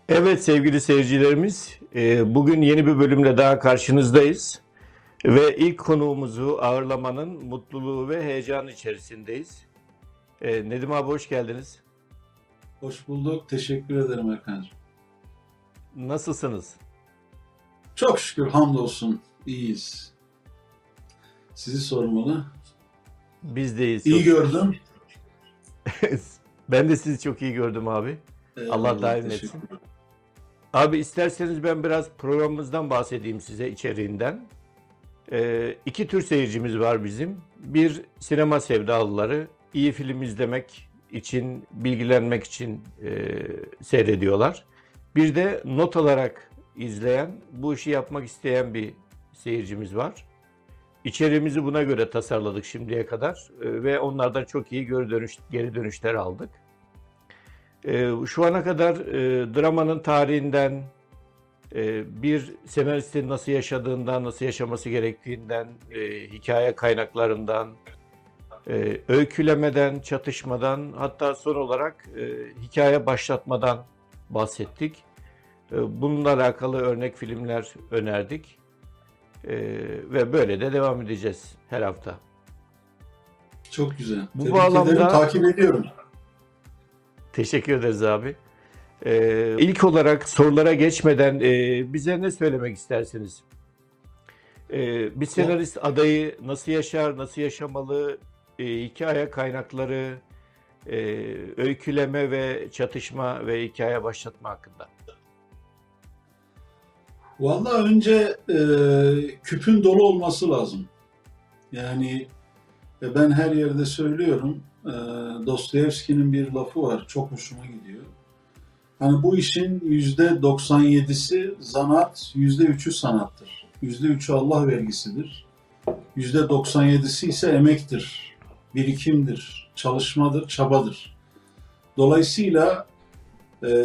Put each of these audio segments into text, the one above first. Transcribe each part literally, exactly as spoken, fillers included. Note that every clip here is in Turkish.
Evet sevgili seyircilerimiz, e, bugün yeni bir bölümle daha karşınızdayız ve ilk konuğumuzu ağırlamanın mutluluğu ve heyecanı içerisindeyiz. E, Nedim abi hoş geldiniz. Hoş bulduk. Teşekkür ederim Erkancığım. Nasılsınız? Çok şükür hamdolsun iyiyiz. Sizi sormalı. Biz deyiz İyi çok şükür. gördüm. Ben de sizi çok iyi gördüm abi. Allah Eyvallah, daim teşekkür etsin. ederim. Abi isterseniz ben biraz programımızdan bahsedeyim size içeriğinden. E, iki tür seyircimiz var bizim. Bir sinema sevdalıları, iyi film izlemek için, bilgilenmek için e, seyrediyorlar. Bir de not alarak izleyen, bu işi yapmak isteyen bir seyircimiz var. İçeriğimizi buna göre tasarladık şimdiye kadar e, ve onlardan çok iyi geri, dönüş, geri dönüşler aldık. E, şu ana kadar e, dramanın tarihinden, e, bir senaristin nasıl yaşadığından, nasıl yaşaması gerektiğinden, e, hikaye kaynaklarından, e, öykülemeden, çatışmadan, hatta son olarak e, hikaye başlatmadan bahsettik. E, bununla alakalı örnek filmler önerdik. E, ve böyle de devam edeceğiz her hafta. Çok güzel. Bu Tebrik ederim. bağlamda Takip ediyorum. teşekkür ederiz abi. E, ilk olarak sorulara geçmeden e, bize ne söylemek istersiniz? Ee, bir Ya, senarist adayı nasıl yaşar, nasıl yaşamalı, e, hikaye kaynakları, e, öyküleme ve çatışma ve hikaye başlatma hakkında. vallahi önce e, küpün dolu olması lazım. Yani e, ben her yerde söylüyorum. E, Dostoyevski'nin bir lafı var. Çok hoşuma gidiyor. Hani bu işin yüzde doksan yedisi zanaat, yüzde üçü sanattır. Yüzde üçü Allah vergisidir. Yüzde doksan yedisi ise emektir, birikimdir, çalışmadır, çabadır. Dolayısıyla e,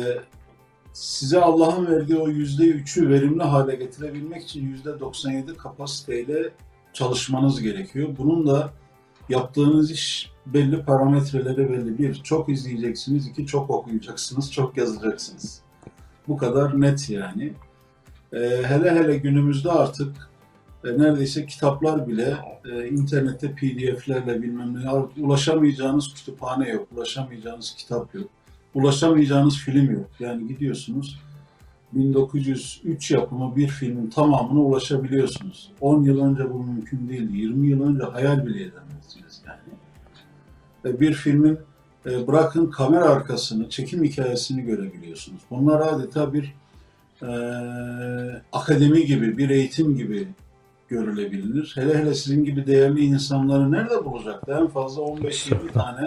size Allah'ın verdiği o yüzde üçü verimli hale getirebilmek için yüzde doksan yedi kapasiteyle çalışmanız gerekiyor. Bunun da yaptığınız iş belli parametreleri belli. Bir, çok izleyeceksiniz. İki, çok okuyacaksınız, çok yazacaksınız. Bu kadar net yani. E, hele hele günümüzde artık e, neredeyse kitaplar bile e, internette P D F'lerle bilmem ne ulaşamayacağınız kütüphane yok, ulaşamayacağınız kitap yok, ulaşamayacağınız film yok. Yani gidiyorsunuz bin dokuz yüz üç yapımı bir filmin tamamına ulaşabiliyorsunuz. on yıl önce bu mümkün değildi. yirmi yıl önce hayal bile edemezsiniz yani. E, bir filmin e, bırakın kamera arkasını, çekim hikayesini görebiliyorsunuz. Bunlar adeta bir e, akademi gibi, bir eğitim gibi görülebilir. Hele hele sizin gibi değerli insanları nerede bulacaktı? En fazla on beş yirmi tane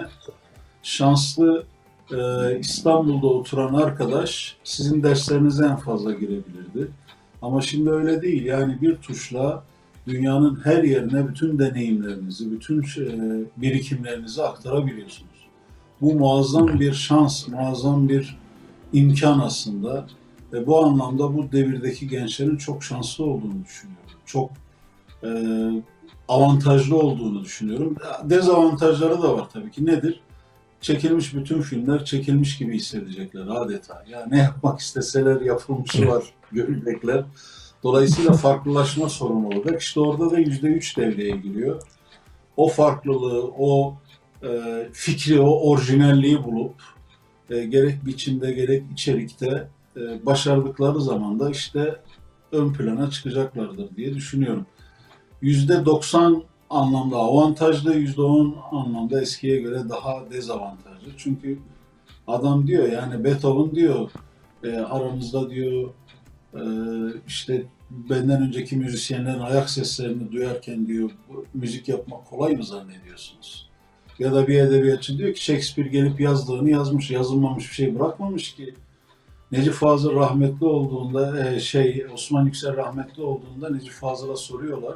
şanslı e, İstanbul'da oturan arkadaş sizin derslerinize en fazla girebilirdi. Ama şimdi öyle değil. Yani bir tuşla dünyanın her yerine bütün deneyimlerinizi, bütün e, birikimlerinizi aktarabiliyorsunuz. Bu muazzam bir şans, muazzam bir imkan aslında. Ve bu anlamda bu devirdeki gençlerin çok şanslı olduğunu düşünüyorum. Çok e, avantajlı olduğunu düşünüyorum. Dezavantajları da var tabii ki. Nedir? Çekilmiş bütün filmler çekilmiş gibi hissedecekler adeta. Ya ne yapmak isteseler yapılmışı var görecekler. Dolayısıyla farklılaşma sorunu olacak. İşte orada da yüzde üç devreye giriyor. O farklılığı, o e, fikri, o orijinalliği bulup e, gerek biçimde gerek içerikte e, başardıkları zaman da işte ön plana çıkacaklardır diye düşünüyorum. yüzde doksan anlamda avantajlı, yüzde on anlamda eskiye göre daha dezavantajlı. Çünkü adam diyor yani Beethoven diyor e, aramızda diyor e, işte benden önceki müzisyenlerin ayak seslerini duyarken diyor müzik yapmak kolay mı zannediyorsunuz? Ya da bir edebiyatçı diyor ki Shakespeare gelip yazdığını yazmış, yazılmamış bir şey bırakmamış ki. Necip Fazıl rahmetli olduğunda e, şey Osman Yüksel rahmetli olduğunda Necip Fazıl'a soruyorlar.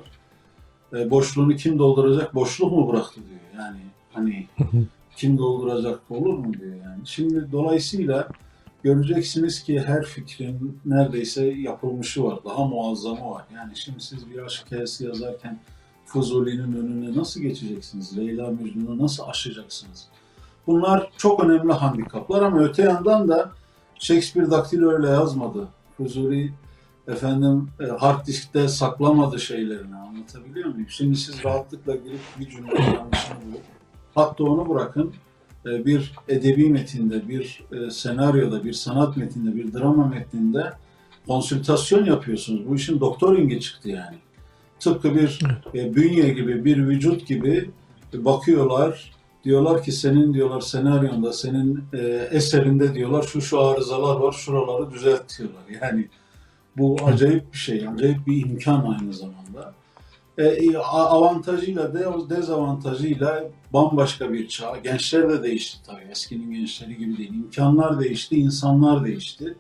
E, boşluğunu kim dolduracak? Boşluk mu bıraktı diyor. Yani hani kim dolduracak olur mu diyor yani. Şimdi dolayısıyla göreceksiniz ki her fikrin neredeyse yapılmışı var. Daha muazzamı var. Yani şimdi siz bir aşk hikayesi yazarken Fuzuli'nin önüne nasıl geçeceksiniz? Leyla Mecnun'u nasıl aşacaksınız? Bunlar çok önemli handikaplar ama öte yandan da Shakespeare daktilo öyle yazmadı. Fuzuli efendim e, hard diskte saklamadı şeylerini, anlatabiliyor muyum? Şimdi siz rahatlıkla girip bir cümle yanlışını bulup, hatta onu bırakın e, bir edebi metinde, bir e, senaryoda, bir sanat metninde, bir drama metninde konsültasyon yapıyorsunuz. Bu işin doktoringi çıktı yani. Tıpkı bir e, bünye gibi, bir vücut gibi e, bakıyorlar. Diyorlar ki senin diyorlar senaryonda, senin e, eserinde diyorlar şu şu arızalar var, şuraları düzelt diyorlar. Yani bu acayip bir şey, acayip bir imkan aynı zamanda. E, avantajıyla, dezavantajıyla bambaşka bir çağ. Gençler de değişti tabii. Eskinin gençleri gibi değil. İmkanlar değişti, insanlar değişti.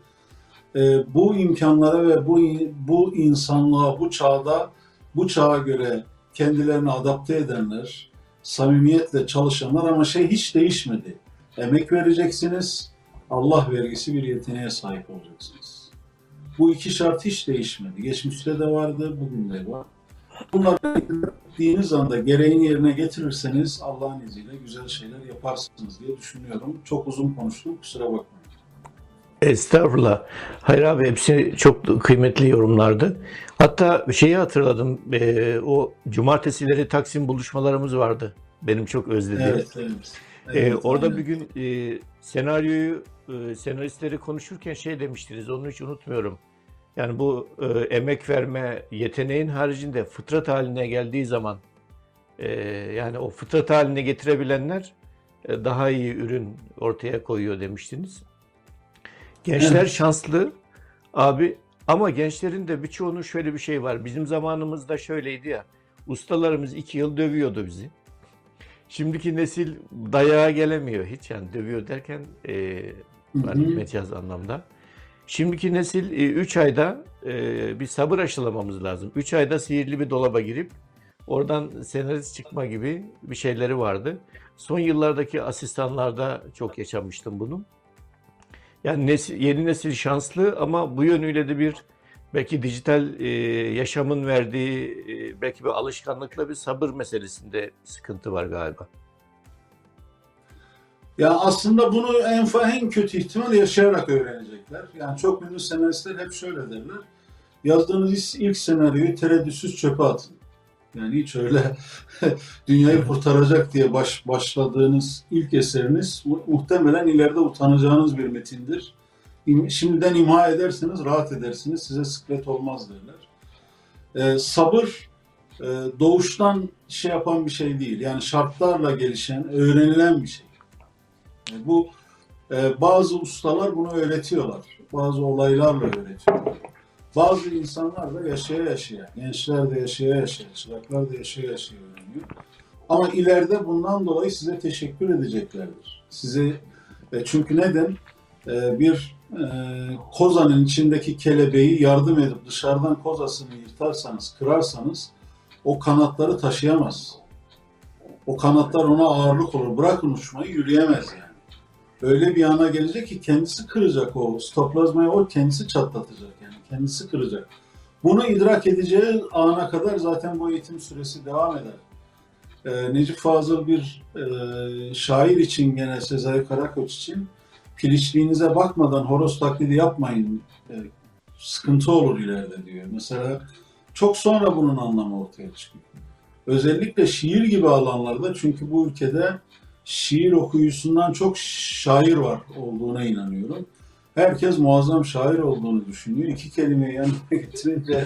E, bu imkanlara ve bu bu insanlığa, bu çağda, bu çağa göre kendilerini adapte edenler, samimiyetle çalışanlar, ama şey hiç değişmedi. Emek vereceksiniz, Allah vergisi bir yeteneğe sahip olacaksınız. Bu iki şart hiç değişmedi. Geçmişte de vardı, bugün de var. Bunları gittiğiniz anda gereğini yerine getirirseniz Allah'ın izniyle güzel şeyler yaparsınız diye düşünüyorum. Çok uzun konuştum, kusura bakmayın. Estağfurullah. Hayır abi, hepsi çok kıymetli yorumlardı. Hatta şeyi hatırladım. E, o cumartesileri Taksim buluşmalarımız vardı. Benim çok özlediğim. Evet, evet. E, evet orada aynen. bir gün e, senaryoyu, e, senaristleri konuşurken şey demiştiniz. Onu hiç unutmuyorum. Yani bu e, emek verme yeteneğin haricinde fıtrat haline geldiği zaman e, yani o fıtrat haline getirebilenler e, daha iyi ürün ortaya koyuyor demiştiniz. Gençler Evet. şanslı abi, ama gençlerin de birçoğunun şöyle bir şey var. Bizim zamanımızda şöyleydi ya. Ustalarımız iki yıl dövüyordu bizi. Şimdiki nesil dayağa gelemiyor hiç, yani dövüyor derken e, Hı hani hı. mecaz anlamda. Şimdiki nesil üç ayda e, bir sabır aşılamamız lazım. üç ayda sihirli bir dolaba girip oradan senarist çıkma gibi bir şeyleri vardı. Son yıllardaki asistanlarda çok yaşamıştım bunu. Yani nesil, yeni nesil şanslı, ama bu yönüyle de bir belki dijital e, yaşamın verdiği e, belki bir alışkanlıkla bir sabır meselesinde sıkıntı var galiba. Ya aslında bunu en, en kötü ihtimal yaşayarak öğrenecekler. Yani çok ünlü senaristler hep şöyle derler. Yazdığınız ilk senaryoyu tereddütsüz çöpe atın. Yani hiç öyle dünyayı kurtaracak diye baş, başladığınız ilk eseriniz mu, muhtemelen ileride utanacağınız bir metindir. Şimdiden imha ederseniz rahat edersiniz, size sıklet olmaz derler. Ee, sabır e, doğuştan şey yapan bir şey değil. Yani şartlarla gelişen, öğrenilen bir şey. Yani bu e, bazı ustalar bunu öğretiyorlar. Bazı olaylarla öğretiyorlar. Bazı insanlar da yaşaya yaşaya, gençler de yaşaya yaşaya, çıraklar da yaşaya yaşaya öğreniyor. Ama ileride bundan dolayı size teşekkür edeceklerdir. Sizi e, çünkü neden? E, bir e, kozanın içindeki kelebeği yardım edip dışarıdan kozasını yırtarsanız, kırarsanız o kanatları taşıyamaz. O kanatlar ona ağırlık olur. Bırakın uçmayı, yürüyemez yani. Öyle bir ana gelecek ki kendisi kıracak o stoplazmayı, o kendisi çatlatacak yani kendisi kıracak. Bunu idrak edeceği ana kadar zaten bu eğitim süresi devam eder. Ee, Necip Fazıl bir e, şair için, gene Sezai Karakoç için, piliçliğinize bakmadan horoz taklidi yapmayın, e, sıkıntı olur ileride diyor. Mesela çok sonra bunun anlamı ortaya çıkıyor. Özellikle şiir gibi alanlarda, çünkü bu ülkede şiir okuyucusundan çok şair var olduğuna inanıyorum. Herkes muazzam şair olduğunu düşünüyor. İki kelimeyi yanına getirince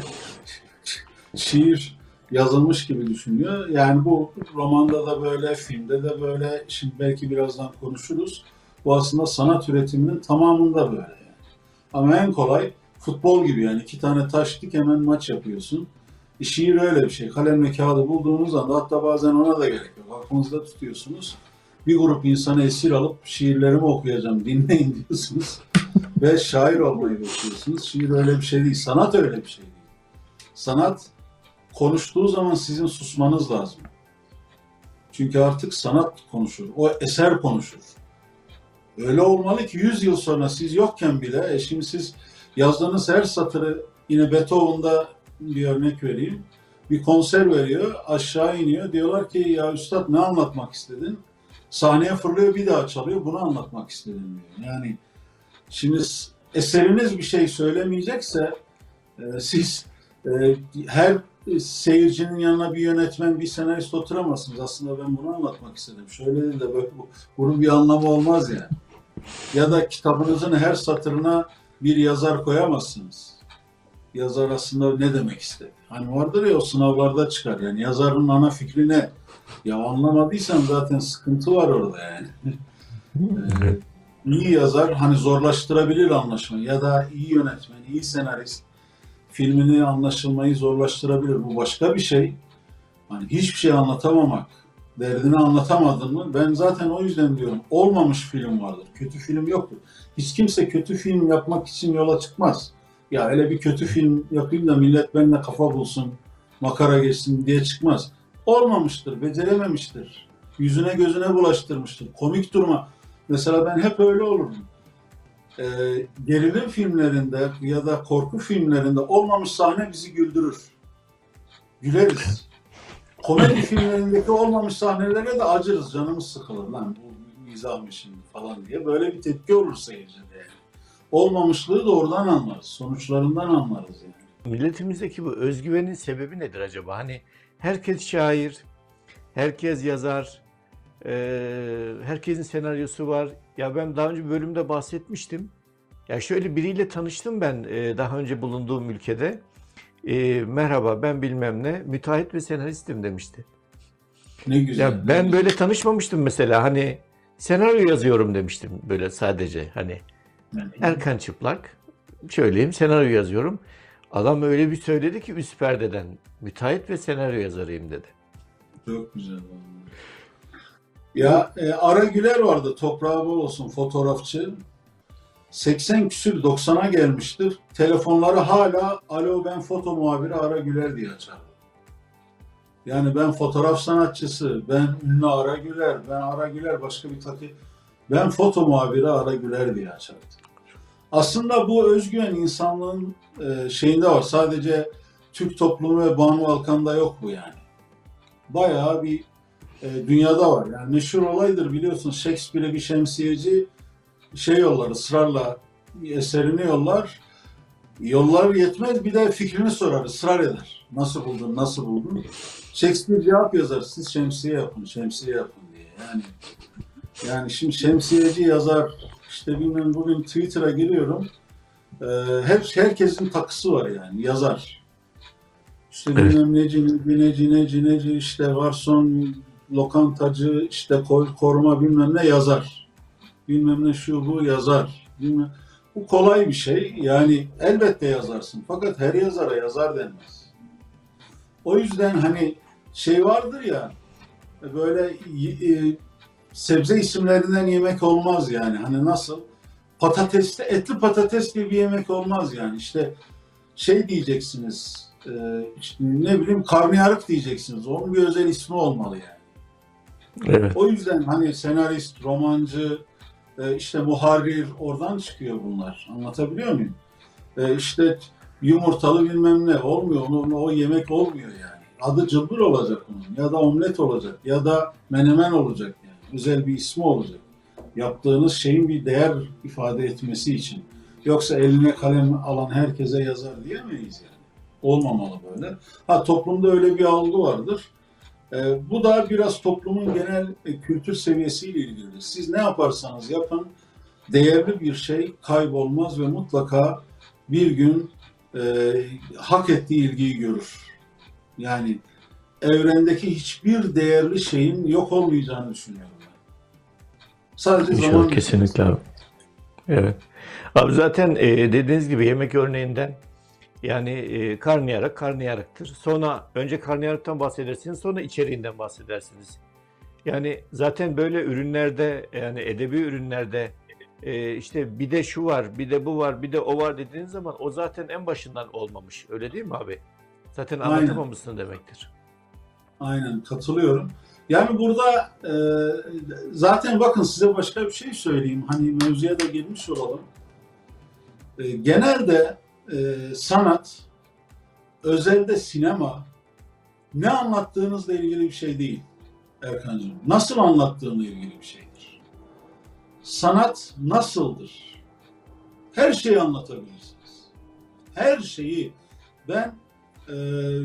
şiir yazılmış gibi düşünüyor. Yani bu romanda da böyle, filmde de böyle, şimdi belki birazdan konuşuruz. Bu aslında sanat üretiminin tamamında böyle yani. Ama en kolay futbol gibi, yani iki tane taş dik hemen maç yapıyorsun. E, şiir öyle bir şey. Kalemle kağıdı bulduğunuz anda, hatta bazen ona da gerek yok. Aklınızda tutuyorsunuz. Bir grup insanı esir alıp şiirlerimi okuyacağım, dinleyin diyorsunuz. Ve şair olmayı bekliyorsunuz. Şiir öyle bir şey değil. Sanat öyle bir şey değil. Sanat konuştuğu zaman sizin susmanız lazım. Çünkü artık sanat konuşur. O eser konuşur. Öyle olmalı ki yüz yıl sonra siz yokken bile, e şimdi siz yazdığınız her satırı, yine Beethoven'da bir örnek vereyim. Bir konser veriyor, aşağı iniyor. Diyorlar ki ya üstad ne anlatmak istedin? Sahneye fırlıyor, bir daha çalıyor. Bunu anlatmak istedim diyor. Yani şimdi eseriniz bir şey söylemeyecekse e, siz e, her seyircinin yanına bir yönetmen, bir senarist oturamazsınız. Aslında ben bunu anlatmak istedim. Şöyle değil de böyle, bunun bir anlamı olmaz yani. Ya da kitabınızın her satırına bir yazar koyamazsınız. Yazar aslında ne demek istedi? Hani vardır ya, o sınavlarda çıkar. Yani yazarın ana fikri ne? Ya anlamadıysan zaten sıkıntı var orada yani. Ee, iyi yazar hani zorlaştırabilir anlaşmayı, ya da iyi yönetmen, iyi senarist filmini, anlaşılmayı zorlaştırabilir. Bu başka bir şey. Hani hiçbir şey anlatamamak, derdini anlatamadın mı? Ben zaten o yüzden diyorum, olmamış film vardır. Kötü film yoktur. Hiç kimse kötü film yapmak için yola çıkmaz. Ya hele bir kötü film yapayım da millet benimle kafa bulsun, makara geçsin diye çıkmaz. Olmamıştır, becerememiştir. Yüzüne gözüne bulaştırmıştır. Komik durma. Mesela ben hep öyle olurum. Ee, gerilim filmlerinde ya da korku filmlerinde olmamış sahne bizi güldürür. Güleriz. Komedi filmlerindeki olmamış sahnelere de acırız, canımız sıkılır. Lan bu mizah mı şimdi falan diye. Böyle bir tepki olur seyircide yani. Olmamışlığı da oradan anlarız. Sonuçlarından anlarız yani. Milletimizdeki bu özgüvenin sebebi nedir acaba? Hani herkes şair, herkes yazar, e, herkesin senaryosu var. Ya ben daha önce bir bölümde bahsetmiştim. Ya şöyle biriyle tanıştım ben e, daha önce bulunduğum ülkede. E, merhaba ben bilmem ne, müteahhit ve senaristim demişti. Ne güzel. Ya ben böyle tanışmamıştım mesela, hani senaryo yazıyorum demiştim böyle sadece, hani Erkan Çıplak söyleyeyim, senaryo yazıyorum. Adam öyle bir söyledi ki üst perdeden, müteahhit ve senaryo yazarıyım dedi. Çok güzel. Ya e, Ara Güler vardı, toprağı bol olsun, fotoğrafçı. seksen küsür doksana gelmiştir. Telefonları hala alo ben foto muhabiri Ara Güler diye açar. Yani ben fotoğraf sanatçısı, ben ünlü Ara Güler, ben Ara Güler başka bir takı. Ben foto muhabiri Ara Güler diye açardı. Aslında bu özgüven insanlığın e, şeyinde var. Sadece Türk toplumu ve Banu Alkan'da yok bu yani. Bayağı bir e, dünyada var. Yani meşhur olaydır biliyorsun, Shakespeare'e bir şemsiyeci şey yollar, ısrarla eserini yollar. Yollar yetmez, bir de fikrini sorar, ısrar eder. Nasıl buldun, nasıl buldun? Shakespeare cevap yazar, siz şemsiye yapın, şemsiye yapın diye. Yani yani şimdi şemsiyeci yazar, işte bilmem, bugün Twitter'a giriyorum. Ee, hep herkesin takısı var yani, yazar. İşte Evet. bilmem neci, neci, neci, neci, işte garson, lokantacı, işte koruma bilmem ne yazar. Bilmem ne şu bu yazar. Bilmem. Bu kolay bir şey. Yani elbette yazarsın. Fakat her yazara yazar denmez. O yüzden hani şey vardır ya, böyle e, sebze isimlerinden yemek olmaz yani. Hani nasıl? Patatesli, etli patates diye bir yemek olmaz yani. İşte şey diyeceksiniz, e, işte ne bileyim karnıyarık diyeceksiniz. Onun bir özel ismi olmalı yani. Evet. O yüzden hani senarist, romancı, e, işte muharrir, oradan çıkıyor bunlar. Anlatabiliyor muyum? E, işte yumurtalı bilmem ne olmuyor. Onu, o yemek olmuyor yani. Adı cılbır olacak onun. Ya da omlet olacak. Ya da menemen olacak yani. Özel bir ismi olacak. Yaptığınız şeyin bir değer ifade etmesi için. Yoksa eline kalem alan herkese yazar diyemeyiz yani. Olmamalı böyle. Ha, toplumda öyle bir algı vardır. E, bu da biraz toplumun genel e, kültür seviyesiyle ilgili. Siz ne yaparsanız yapın, değerli bir şey kaybolmaz ve mutlaka bir gün e, hak ettiği ilgiyi görür. Yani evrendeki hiçbir değerli şeyin yok olmayacağını düşünüyorum ben. Sadece İnşallah, zaman kesinlikle abi. Evet. Abi zaten e, dediğiniz gibi yemek örneğinden, yani e, karnıyarık karnıyarıktır. Sonra önce karnıyarıktan bahsedersiniz, sonra içeriğinden bahsedersiniz. Yani zaten böyle ürünlerde, yani edebi ürünlerde e, işte bir de şu var, bir de bu var, bir de o var dediğiniz zaman o zaten en başından olmamış. Öyle değil mi abi? Zaten Aynen. anlatamamışsın demektir. Aynen, katılıyorum. Yani burada e, zaten bakın size başka bir şey söyleyeyim. Hani mevzuya da girmiş olalım. E, genelde e, sanat, özelde sinema ne anlattığınızla ilgili bir şey değil Erkancığım. Nasıl anlattığınla ilgili bir şeydir. Sanat nasıldır? Her şeyi anlatabilirsiniz. Her şeyi. Ben e,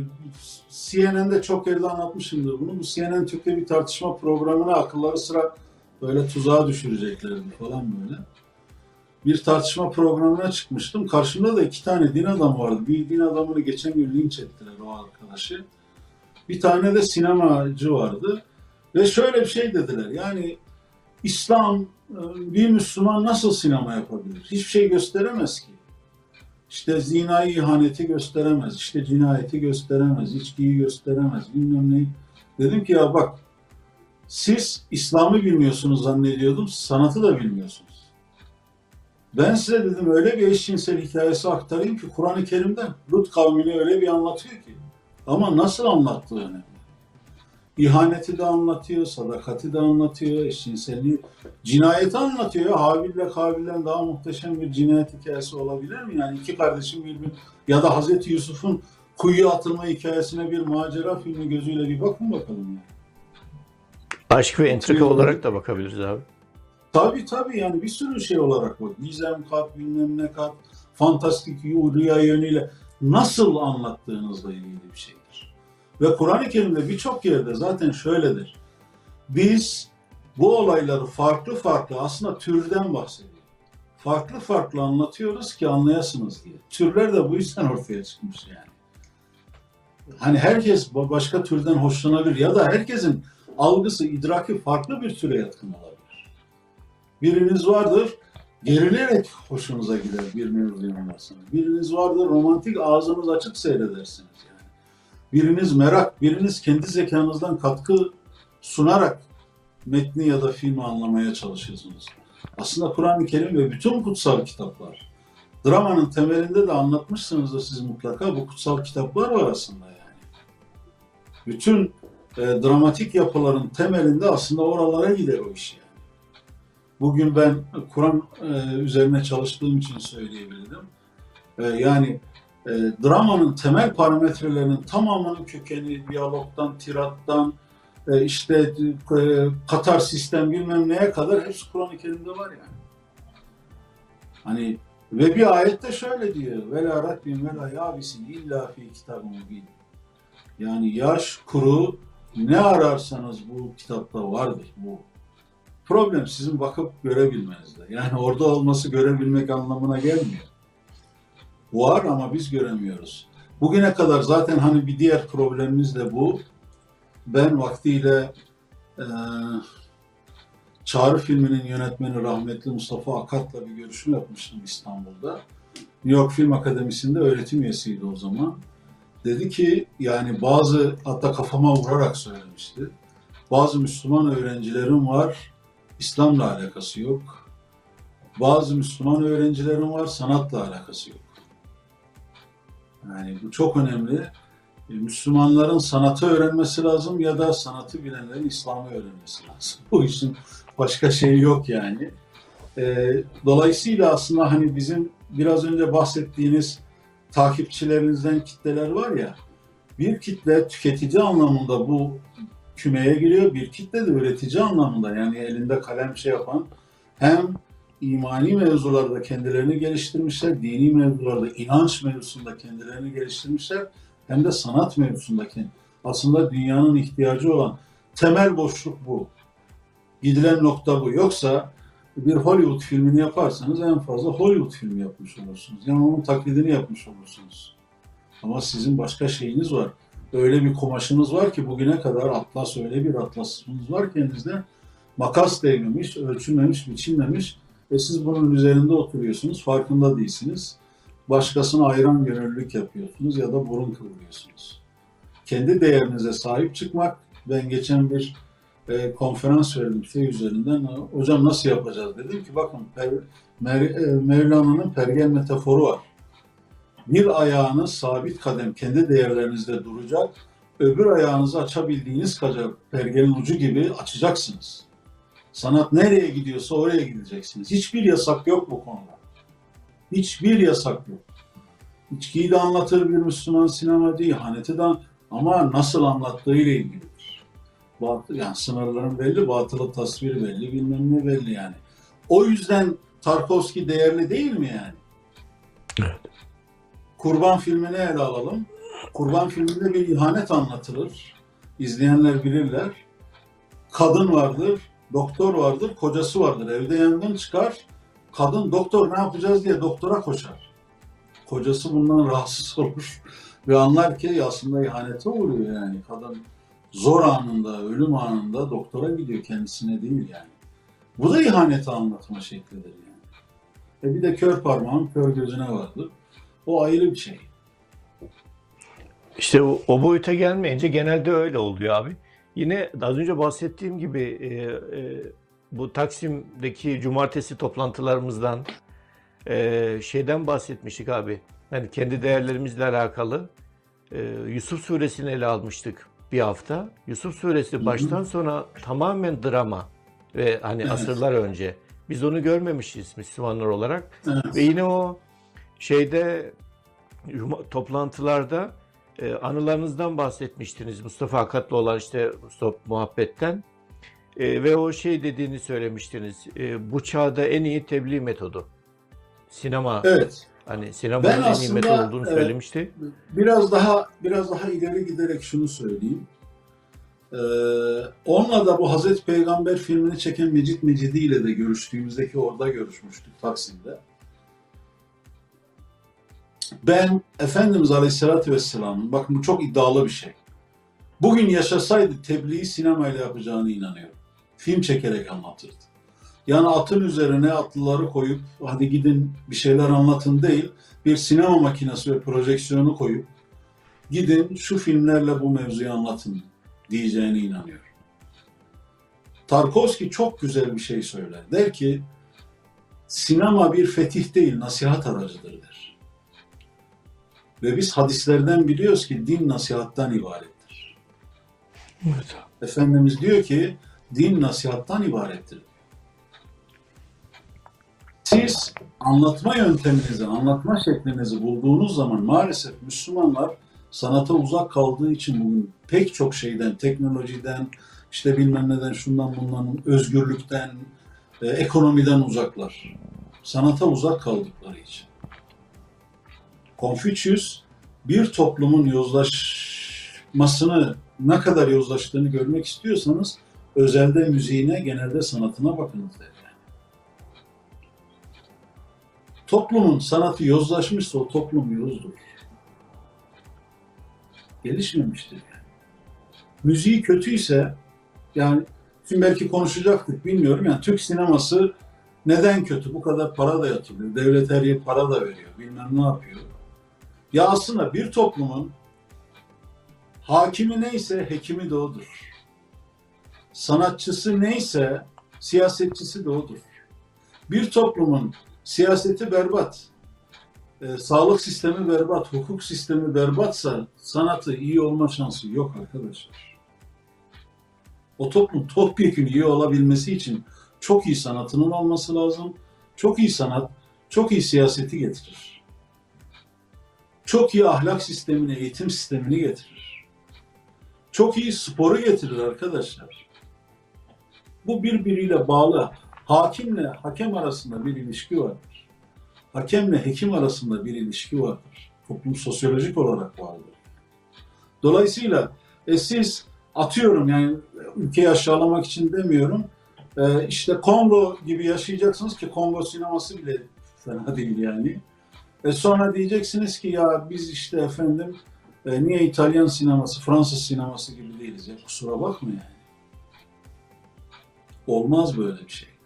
C N N'de çok yerde anlatmışımdır bunu. Bu C N N Türk'te bir tartışma programına akılları sıra böyle tuzağa düşüreceklerdi falan böyle. Bir tartışma programına çıkmıştım. Karşımda da iki tane din adamı vardı. Bir din adamını geçen gün linç ettiler, o arkadaşı. Bir tane de sinemacı vardı. Ve şöyle bir şey dediler. Yani İslam, bir Müslüman nasıl sinema yapabilir? Hiçbir şey gösteremez ki. İşte zinayı, ihaneti gösteremez. İşte cinayeti gösteremez. İçkiyi gösteremez. Bilmem neyi. Dedim ki ya bak, siz İslam'ı bilmiyorsunuz zannediyordum. Sanatı da bilmiyorsunuz. Ben size dedim öyle bir eşcinsel hikayesi aktarayım ki Kur'an-ı Kerim'de Lut kavmini öyle bir anlatıyor ki. Ama nasıl anlattığı önemli. İhaneti de anlatıyor, sadakati de anlatıyor, eşcinselliği, cinayeti anlatıyor. Habil'le Kabil'den daha muhteşem bir cinayet hikayesi olabilir mi? Yani iki kardeşim birbirine, ya da Hazreti Yusuf'un kuyuya atılma hikayesine bir macera filmi gözüyle bir bakın bakalım yani. Aşk ve entrika olarak da bakabiliriz abi. Tabii tabii, yani bir sürü şey olarak bak. Gizem kat, bilmem ne kat, fantastik rüya yönüyle nasıl anlattığınızla ilgili bir şeydir. Ve Kur'an-ı Kerim'de birçok yerde zaten şöyledir. Biz bu olayları farklı farklı, aslında türden bahsediyoruz. Farklı farklı anlatıyoruz ki anlayasınız diye. Türler de bu yüzden ortaya çıkmış yani. Hani herkes başka türden hoşlanabilir ya da herkesin algısı, idraki farklı bir türe yatkın olabilir. Biriniz vardır, gerilerek hoşunuza gider birinizin olmasını. Biriniz vardır, romantik, ağzınız açık seyredersiniz yani. Biriniz merak, biriniz kendi zekanızdan katkı sunarak metni ya da filmi anlamaya çalışıyorsunuz. Aslında Kur'an-ı Kerim ve bütün kutsal kitaplar, dramanın temelinde de anlatmışsınızdır siz mutlaka, bu kutsal kitaplar var aslında yani. Bütün e, dramatik yapıların temelinde aslında oralara gider o iş yani. Bugün ben Kur'an e, üzerine çalıştığım için söyleyebildim. E, yani e, dramanın temel parametrelerinin tamamının kökeni, diyalogdan, tirattan, e, işte e, katarsisten bilmem neye kadar hepsi Kur'an-ı Kerim'de var yani. Hani ve bir ayette şöyle diyor: "Ve la rabbin ve la yabisin illa fi kitabın mubin." Yani yaş, kuru ne ararsanız bu kitapta vardır bu. Problem sizin bakıp görebilmenizde. Yani orada olması görebilmek anlamına gelmiyor. Var ama biz göremiyoruz. Bugüne kadar zaten hani bir diğer problemimiz de bu. Ben vaktiyle e, Çağrı filminin yönetmeni rahmetli Mustafa Akat'la bir görüşme yapmıştım İstanbul'da. New York Film Akademisi'nde öğretim üyesiydi o zaman. Dedi ki yani bazı, hatta kafama vurarak söylemişti. Bazı Müslüman öğrencilerim var, İslam'la alakası yok. Bazı Müslüman öğrencilerim var, sanatla alakası yok. Yani bu çok önemli. Müslümanların sanatı öğrenmesi lazım ya da sanatı bilenlerin İslam'ı öğrenmesi lazım. Bu işin başka şeyi yok yani. Dolayısıyla aslında hani bizim biraz önce bahsettiğiniz takipçilerinizden kitleler var ya, bir kitle tüketici anlamında bu kümeye giriyor, bir kitle de üretici anlamında, yani elinde kalem şey yapan, hem imani mevzularda kendilerini geliştirmişler, dini mevzularda, inanç mevzusunda kendilerini geliştirmişler, hem de sanat mevzusunda aslında dünyanın ihtiyacı olan temel boşluk bu. Gidilen nokta bu. Yoksa bir Hollywood filmini yaparsanız en fazla Hollywood filmi yapmış olursunuz. Yani onun taklidini yapmış olursunuz. Ama sizin başka şeyiniz var. Öyle bir kumaşınız var ki bugüne kadar atlas, öyle bir atlasınız var ki elinizde, makas değmemiş, ölçülmemiş, biçilmemiş ve siz bunun üzerinde oturuyorsunuz, farkında değilsiniz. Başkasına ayıran gönüllülük yapıyorsunuz ya da burun kıvırıyorsunuz. Kendi değerinize sahip çıkmak, ben geçen bir e, konferans verdim şey üzerinden, hocam nasıl yapacağız dedim ki bakın Mevlana'nın pergel metaforu var. Bir ayağınız sabit kadem kendi değerlerinizde duracak, öbür ayağınızı açabildiğiniz kadar pergelin ucu gibi açacaksınız. Sanat nereye gidiyorsa oraya gideceksiniz. Hiçbir yasak yok bu konuda. Hiçbir yasak yok. İçkiyi de anlatır bir Müslüman sinema değil, ihaneti de, ama nasıl anlattığıyla ilgilidir. Batıl, yani sınırların belli, batılı tasviri belli, bilmem ne belli yani. O yüzden Tarkovski değerli değil mi yani? Evet. Kurban filmini ele alalım. Kurban filminde bir ihanet anlatılır. İzleyenler bilirler. Kadın vardır, doktor vardır, kocası vardır. Evde yangın çıkar. Kadın doktor ne yapacağız diye doktora koşar. Kocası bundan rahatsız olur ve anlar ki aslında ihanete uğruyor yani. Kadın zor anında, ölüm anında doktora gidiyor, kendisine değil yani. Bu da ihaneti anlatma şeklidir yani. E bir de kör parmağın kör gözüne vardır. O ayrı bir şey. İşte o, o boyuta gelmeyince genelde öyle oluyor abi. Yine az önce bahsettiğim gibi e, e, bu Taksim'deki cumartesi toplantılarımızdan e, şeyden bahsetmiştik abi. Yani kendi değerlerimizle alakalı e, Yusuf Suresini ele almıştık bir hafta. Yusuf Suresi Hı hı. baştan sona tamamen drama ve hani Evet, asırlar önce. Biz onu görmemişiz Müslümanlar olarak. Ve evet. yine o şeyde Cuma- toplantılarda e, anılarınızdan bahsetmiştiniz. Mustafa Akat'la olan işte sohbet muhabbetten. E, ve o şey dediğini söylemiştiniz. E, bu çağda en iyi tebliğ metodu. Sinema. Evet. Hani Ben sinemanın en iyi metod aslında olduğunu e, söylemişti. biraz daha biraz daha ileri giderek şunu söyleyeyim. Ee, onunla da bu Hazreti Peygamber filmini çeken Mecit Mecidi ile de görüştüğümüzdeki orada görüşmüştük Taksim'de. Ben Efendimiz Aleyhisselatü Vesselam'ın, bakın bu çok iddialı bir şey. Bugün yaşasaydı tebliği sinemayla yapacağını inanıyorum. Film çekerek anlatırdı. Yani atın üzerine atlıları koyup hadi gidin bir şeyler anlatın değil, bir sinema makinesi ve projeksiyonu koyup gidin şu filmlerle bu mevzuyu anlatın diyeceğine inanıyorum. Tarkovski çok güzel bir şey söyler. Der ki sinema bir fetih değil nasihat aracıdır der. Ve biz hadislerden biliyoruz ki din nasihattan ibarettir. Evet. Efendimiz diyor ki din nasihattan ibarettir. Siz anlatma yönteminizi, anlatma şeklinizi bulduğunuz zaman maalesef Müslümanlar sanata uzak kaldığı için bugün pek çok şeyden, teknolojiden, işte bilmem neden, şundan bundan, özgürlükten, e, ekonomiden uzaklar. Sanata uzak kaldıkları için. Confucius bir toplumun yozlaşmasını, ne kadar yozlaştığını görmek istiyorsanız özelde müziğine, genelde sanatına bakınız der. Toplumun sanatı yozlaşmışsa o toplum yozdur. Gelişmemiştir yani. Müziği kötüyse, yani şimdi belki konuşacaktık bilmiyorum, yani Türk sineması neden kötü? Bu kadar para da yatırılıyor. Devlet her yıl para da veriyor. Bilmem ne yapıyor. Ya aslında bir toplumun hakimi neyse hekimi de odur. Sanatçısı neyse siyasetçisi de odur. Bir toplumun siyaseti berbat, e, sağlık sistemi berbat, hukuk sistemi berbatsa sanatı iyi olma şansı yok arkadaşlar. O toplum topyekun iyi olabilmesi için çok iyi sanatının olması lazım. Çok iyi sanat, çok iyi siyaseti getirir. Çok iyi ahlak sistemini, eğitim sistemini getirir. Çok iyi sporu getirir arkadaşlar. Bu birbiriyle bağlı. Hakimle hakem arasında bir ilişki vardır. Hakemle hekim arasında bir ilişki vardır. Toplum sosyolojik olarak vardır. Dolayısıyla e, siz atıyorum, yani ülkeyi aşağılamak için demiyorum, e, işte Kongo gibi yaşayacaksınız ki Kongo sineması bile fena değil yani. E sonra diyeceksiniz ki ya biz işte efendim e, niye İtalyan sineması, Fransız sineması gibi değiliz ya, kusura bakma yani. Olmaz böyle bir şey.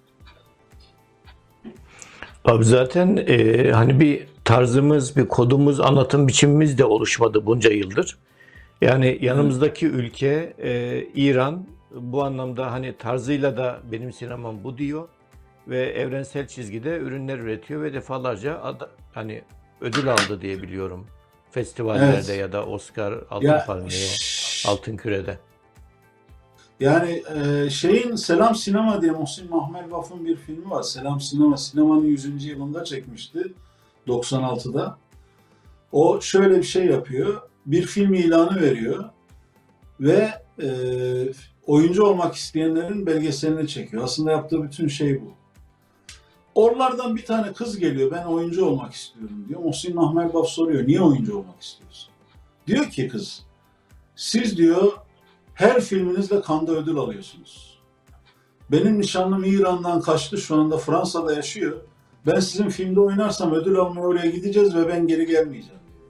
Abi zaten e, hani bir tarzımız, bir kodumuz, anlatım biçimimiz de oluşmadı bunca yıldır. Yani Evet. yanımızdaki ülke e, İran bu anlamda hani tarzıyla da benim sinemam bu diyor ve evrensel çizgide ürünler üretiyor ve defalarca ad- hani ödül aldı diye biliyorum. Festivallerde Evet. ya da Oscar, Altın Ya Palmiye, Altın Küre'de. yani e, şeyin Selam Sinema diye Muhsin Mahmelbaf'ın bir filmi var. Selam Sinema. Sinemanın yüzüncü yılında çekmişti. doksan altıda. O şöyle bir şey yapıyor. Bir film ilanı veriyor ve e, oyuncu olmak isteyenlerin belgeselini çekiyor. Aslında yaptığı bütün şey bu. Oralardan bir tane kız geliyor, ben oyuncu olmak istiyorum diyor. Muhsin Mahmelbaf soruyor, niye oyuncu olmak istiyorsun? Diyor ki kız, siz diyor her filminizde Cannes'da ödül alıyorsunuz. Benim nişanlım İran'dan kaçtı, şu anda Fransa'da yaşıyor. Ben sizin filmde oynarsam ödül almaya oraya gideceğiz ve ben geri gelmeyeceğim diyor.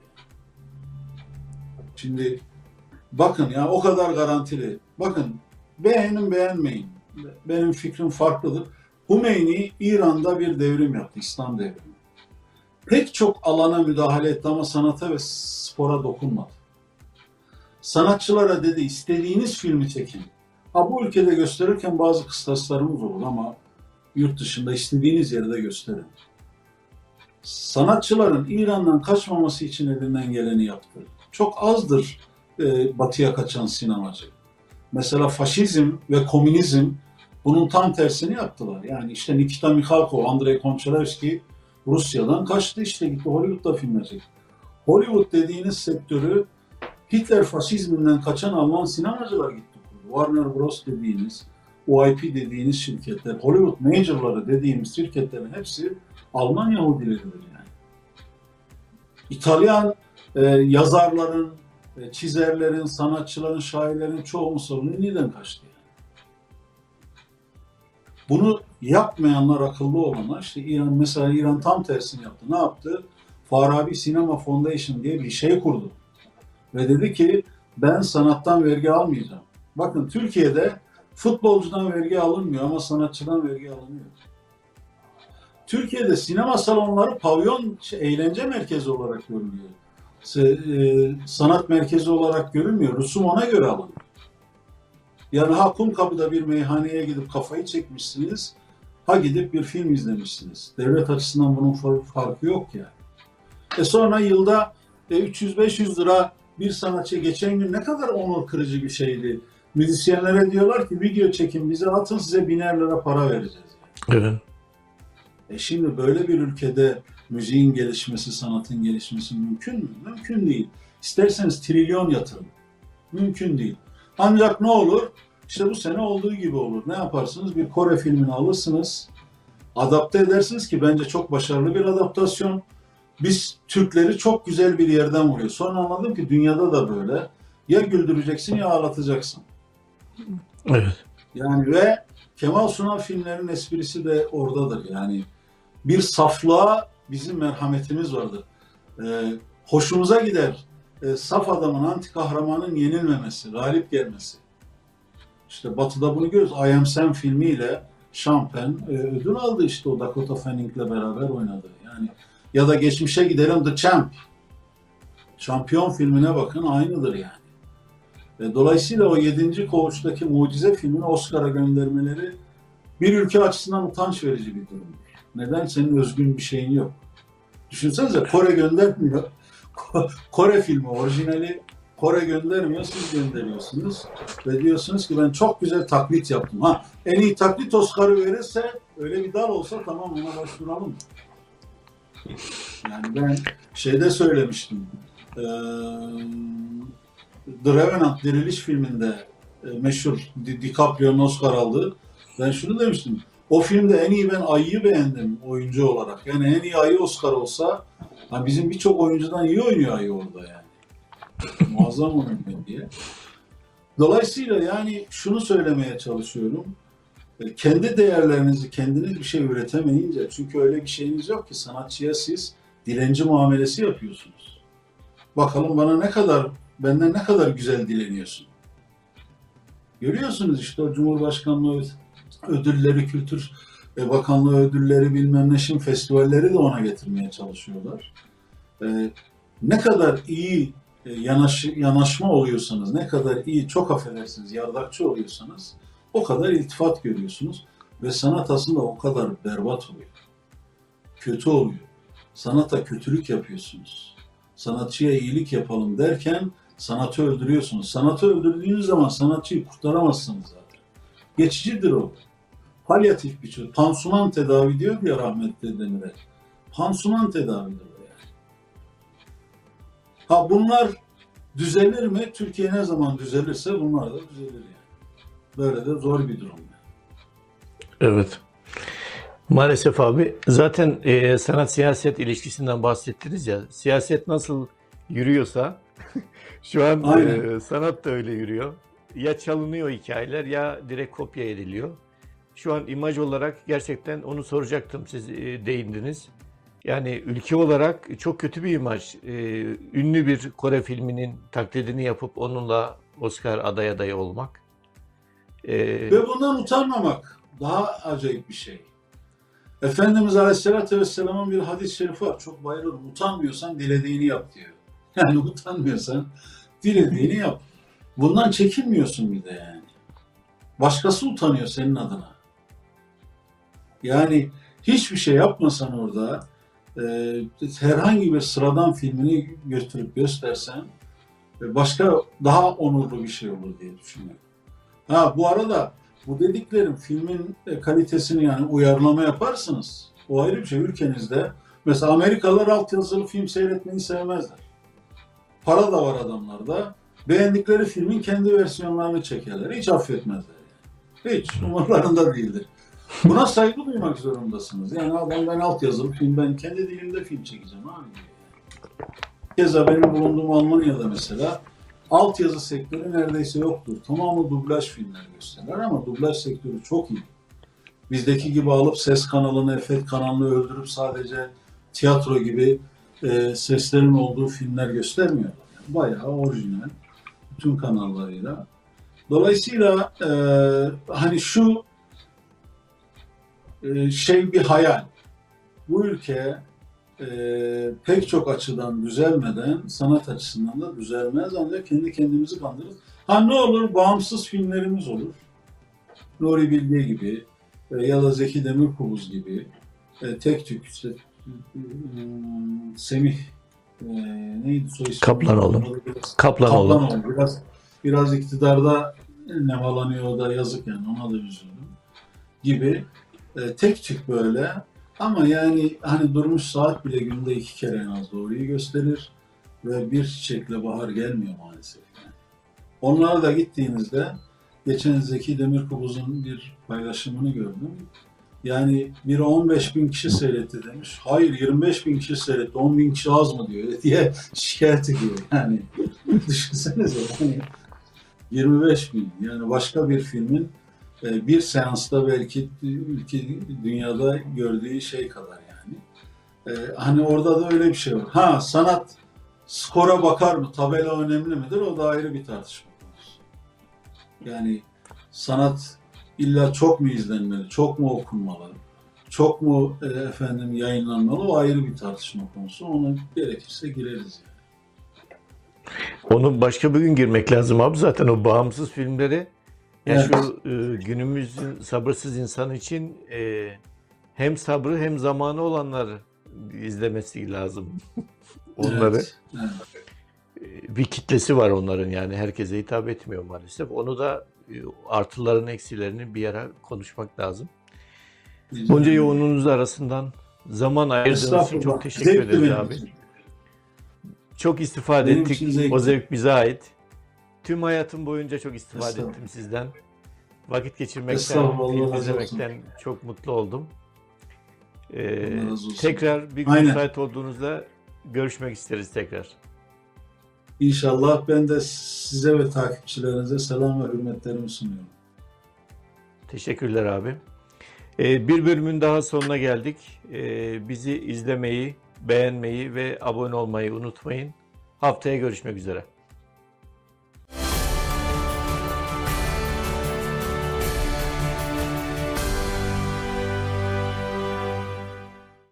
Şimdi bakın ya, o kadar garantili. Bakın, beğenin beğenmeyin. Benim fikrim farklıdır. Hümeyni İran'da bir devrim yaptı, İslam devrimi. Pek çok alana müdahale etti ama sanata ve spora dokunmadı. Sanatçılara dedi, istediğiniz filmi çekin. Ha, bu ülkede gösterirken bazı kıstaslarımız olur ama yurt dışında istediğiniz yerde gösterin. Sanatçıların İran'dan kaçmaması için elinden geleni yaptı. Çok azdır e, batıya kaçan sinemacı. Mesela faşizm ve komünizm bunun tam tersini yaptılar. Yani işte Nikita Mikhalkov, Andrei Konchalovsky Rusya'dan kaçtı, işte gitti Hollywood'da film çekti. Hollywood dediğiniz sektörü Hitler faşizminden kaçan Alman sinemacılar gitti kurdu. Warner Bros dediğiniz, O I P dediğiniz şirketler, Hollywood majorları dediğimiz şirketlerin hepsi Alman Yahudileridir yani. İtalyan e, yazarların, e, çizerlerin, sanatçıların, şairlerin çoğu Mussolini'den kaçtı yani. Bunu yapmayanlar, akıllı olanlar, işte İran, mesela İran tam tersini yaptı. Ne yaptı? Farabi Sinema Foundation diye bir şey kurdu. Ve dedi ki, ben sanattan vergi almayacağım. Bakın, Türkiye'de futbolcudan vergi alınmıyor ama sanatçıdan vergi alınıyor. Türkiye'de sinema salonları pavyon, eğlence merkezi olarak görülüyor. Sanat merkezi olarak görülmüyor. Rusum ona göre alınıyor. Yani ha Kumkapı'da bir meyhaneye gidip kafayı çekmişsiniz, ha gidip bir film izlemişsiniz. Devlet açısından bunun farkı yok ya. E sonra yılda e, üç yüz beş yüz lira bir sanatçı, geçen gün ne kadar onur kırıcı bir şeydi. Müzisyenlere diyorlar ki video çekin, bize atın, size biner lira para vereceğiz. Evet. E şimdi böyle bir ülkede müziğin gelişmesi, sanatın gelişmesi mümkün mü? Mümkün değil. İsterseniz trilyon yatırın. Mümkün değil. Ancak ne olur? İşte bu sene olduğu gibi olur. Ne yaparsınız? Bir Kore filmini alırsınız, adapte edersiniz ki bence çok başarılı bir adaptasyon. Biz Türkleri çok güzel bir yerden vuruyor. Sonra anladım ki dünyada da böyle. Ya güldüreceksin ya ağlatacaksın. Evet. Yani ve Kemal Sunal filmlerinin esprisi de oradadır. Yani bir saflığa bizim merhametimiz vardır. Ee, hoşumuza gider. Ee, saf adamın, anti kahramanın yenilmemesi, galip gelmesi. İşte Batı'da bunu görüyoruz. I Am Sam filmiyle Sean Penn e, ödül aldı, işte o Dakota Fanning'le beraber oynadı. Yani ya da geçmişe gidelim, The Champ. Şampiyon filmine bakın, aynıdır yani. Ve dolayısıyla o yedinci Koğuş'taki Mucize filmini Oscar'a göndermeleri bir ülke açısından utanç verici bir durum. Neden? Senin özgün bir şeyin yok. Düşünsenize, Kore göndermiyor. Kore filmi, orijinali Kore göndermiyor, siz gönderiyorsunuz. Ve diyorsunuz ki ben çok güzel taklit yaptım. Ha, en iyi taklit Oscar'ı verirse, öyle bir dal olsa tamam, ona başvuralım. Yani ben şeyde söylemiştim. Ee, The Revenant, Diriliş filminde e, meşhur Di- DiCaprio'nun Oscar aldığı. Ben şunu demiştim. O filmde en iyi ben Ayı'yı beğendim oyuncu olarak. Yani en iyi Ayı Oscar olsa, ha bizim birçok oyuncudan iyi oynuyor Ayı orada yani. Muazzam oynuyor diye. Dolayısıyla yani şunu söylemeye çalışıyorum. E, Kendi değerlerinizi, kendiniz bir şey üretemeyince, çünkü öyle bir şeyiniz yok ki, sanatçıya siz dilenci muamelesi yapıyorsunuz. Bakalım bana ne kadar, benden ne kadar güzel dileniyorsun. Görüyorsunuz işte o Cumhurbaşkanlığı ödülleri, Kültür Bakanlığı ödülleri, bilmem ne, şimdi festivalleri de ona getirmeye çalışıyorlar. Ee, ne kadar iyi yanaş, yanaşma oluyorsanız, ne kadar iyi, çok affedersiniz, yardakçı oluyorsanız o kadar iltifat görüyorsunuz ve sanat aslında o kadar berbat oluyor. Kötü oluyor. Sanata kötülük yapıyorsunuz. Sanatçıya iyilik yapalım derken sanatı öldürüyorsunuz. Sanatı öldürdüğünüz zaman sanatçıyı kurtaramazsınız zaten. Geçicidir o. Palyatif bir çözüm. Pansuman tedavi diyor ya rahmetli Demirel. Pansuman tedavidir o yani. Ha bunlar düzelir mi? Türkiye ne zaman düzelirse bunlar da düzelir yani. Böyle de zor bir durum. Evet. Maalesef abi. Zaten e, sanat siyaset ilişkisinden bahsettiniz ya. Siyaset nasıl yürüyorsa şu an Aynen. e, sanat da öyle yürüyor. Ya çalınıyor hikayeler ya direkt kopya ediliyor. Şu an imaj olarak gerçekten onu soracaktım. Siz e, değindiniz. Yani ülke olarak çok kötü bir imaj. E, ünlü bir Kore filminin taklidini yapıp onunla Oscar aday adayı olmak. E, Ve bundan utanmamak daha acayip bir şey. Efendimiz Aleyhisselatü Vesselam'ın bir hadis-i şerifi var. Çok bayılırım. Utanmıyorsan dilediğini yap diyor. Yani utanmıyorsan dilediğini yap. Bundan çekinmiyorsun bir de yani. Başkası utanıyor senin adına. Yani hiçbir şey yapmasan orada e, herhangi bir sıradan filmini götürüp göstersen e, başka daha onurlu bir şey olur diye düşünüyorum. Ha bu arada bu dediklerim filmin e, kalitesini yani uyarlama yaparsınız. O ayrı bir şey ülkenizde. Mesela Amerikalılar altyazılı film seyretmeyi sevmezler. Para da var adamlarda. Beğendikleri filmin kendi versiyonlarını çekerler. Hiç affetmezler. Yani. Hiç umurlarında değildir. Buna saygı duymak zorundasınız. Yani adam ben altyazılı film, ben kendi dilimde film çekeceğim abi. Keza benim bulunduğum Almanya'da mesela altyazı sektörü neredeyse yoktur. Tamamı dublaj filmler gösterirler ama dublaj sektörü çok iyi. Bizdeki gibi alıp ses kanalını, efekt kanalını öldürüp sadece tiyatro gibi e, seslerin olduğu filmler göstermiyorlar. Yani bayağı orijinal, bütün kanallarıyla. Dolayısıyla e, hani şu e, şey bir hayal. Bu ülke e, pek çok açıdan düzelmeden sanat açısından da düzelmez ancak kendi kendimizi kandırırız. Ha ne olur bağımsız filmlerimiz olur. Nuri Bilge gibi e, ya da Zeki Demirkubuz gibi e, tek tük işte, e, Semih e, neydi soy ismi? Kaplanoğlu. Biraz, Kaplanoğlu. Kaplanoğlu. Biraz, biraz iktidarda nemalanıyor o da yazık yani ona da üzüldüm gibi e, tek tük böyle ama yani hani durmuş saat bile günde iki kere en az doğruyu gösterir ve bir çiçekle bahar gelmiyor maalesef. Yani. Onlara da gittiğinizde geçen Zeki Demirkubuz'un bir paylaşımını gördüm. Yani biri on beş bin kişi seyretti demiş. Hayır yirmi beş bin kişi seyretti. on bin kişi az mı diyor diye şikayet ediyor. Yani düşünsenize yani yirmi beş bin yani başka bir filmin bir seansta belki ülke dünyada gördüğü şey kadar yani. Ee, hani orada da öyle bir şey var. Ha sanat skora bakar mı? Tabela önemli midir? O da ayrı bir tartışma konusu. Yani sanat illa çok mu izlenmeli? Çok mu okunmalı? Çok mu e, efendim yayınlanmalı? O ayrı bir tartışma konusu. Ona gerekirse gireriz yani. Onu başka bir gün girmek lazım abi. Zaten o bağımsız filmleri ya Evet. şu e, günümüzün sabırsız insan için e, hem sabrı hem zamanı olanlar izlemesi lazım. Onları Evet. Evet. E, bir kitlesi var onların yani herkese hitap etmiyor maalesef. Onu da e, artılarını eksilerini bir ara konuşmak lazım. Bunca yoğunluğunuz arasından zaman ayırdığınız için çok Estağfurullah. teşekkür Zevkli ederiz benim abi. için. Çok istifade Benim ettik. için zevkli. O zevk bize ait. Tüm hayatım boyunca çok istifade Estağfurullah. ettim sizden. Vakit geçirmekten, Estağfurullah, film Allah razı olsun. izlemekten çok mutlu oldum. Ee, Allah razı olsun. tekrar bir gün Aynen. müsait olduğunuzda görüşmek isteriz tekrar. İnşallah ben de size ve takipçilerinize selam ve hürmetlerimi sunuyorum. Teşekkürler abi. Ee, bir bölümün daha sonuna geldik. Ee, bizi izlemeyi, beğenmeyi ve abone olmayı unutmayın. Haftaya görüşmek üzere.